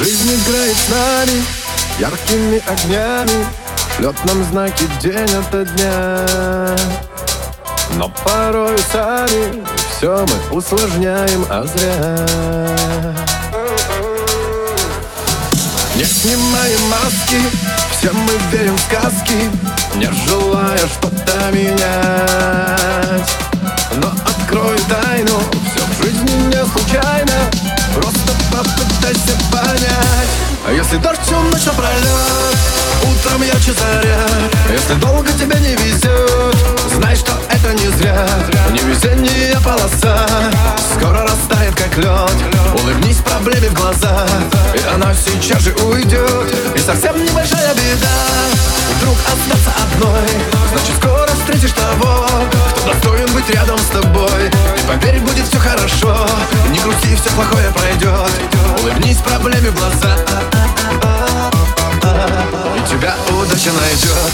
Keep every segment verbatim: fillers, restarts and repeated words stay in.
Жизнь играет с нами яркими огнями, шлет нам знаки день ото дня. Но порою сами все мы усложняем, а зря. Не снимаем маски, все мы верим в сказки, не желая что-то менять. Но открою тайну, все в жизни не случайно, просто попытайся понять. А если дождь всю ночь напролет, утром ярче заря, если долго тебе не везет, знай, что это не зря. Невезение полоса скоро растает, как лед. Улыбнись проблеме в глаза, и она сейчас же уйдет. И совсем небольшая беда вдруг остаться одной, значит скоро встретишь того, кто достоин быть рядом с тобой. И поверь, будет все хорошо, не грусти, все плохое пройдет. Улыбнись проблеме в глаза, и тебя удача найдет.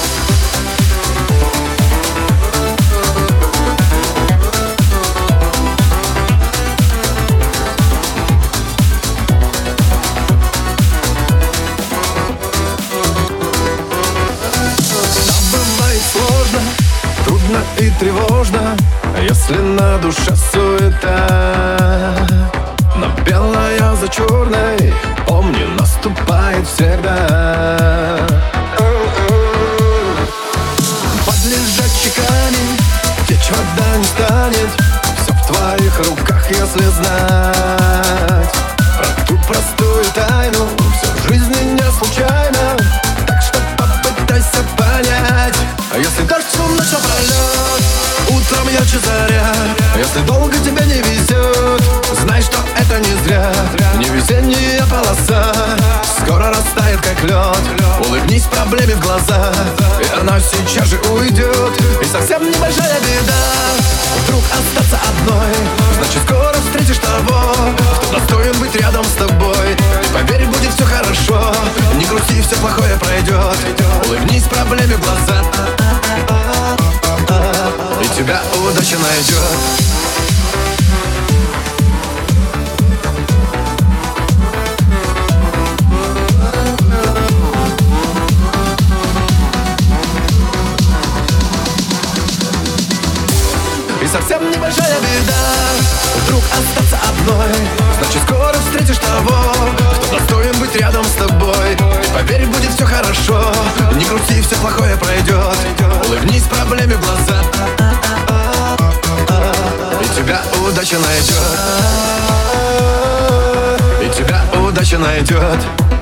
Трудно и тревожно, если на душе суета. Но белое за черной, помни, наступает всегда. Под лежачий камень течь вода не станет, все в твоих руках, если знать про ту простую тайну. Все в жизни не случайно, так что попытайся понять. А если дождь всю ночь напролет, утром ярче заря, если долго тебе не везет, знай, что это не зря. Невезение полоса скоро растает, как лед. Улыбнись проблеме в глаза, и она сейчас же уйдет. И совсем небольшая беда вдруг остаться одной, значит скоро встретишь того, кто достоин быть рядом с тобой. И поверь, будет все хорошо, не грусти, все плохое пройдет. Улыбнись проблеме в глаза, и тебя удача найдет. И совсем небольшая беда вдруг остаться одной, значит скоро встретишь того, кто достоин быть рядом с тобой. И поверь, будет все хорошо, не грусти, все плохое пройдет. Улыбнись проблеме в глаза, и тебя удача найдет. И тебя удача найдет.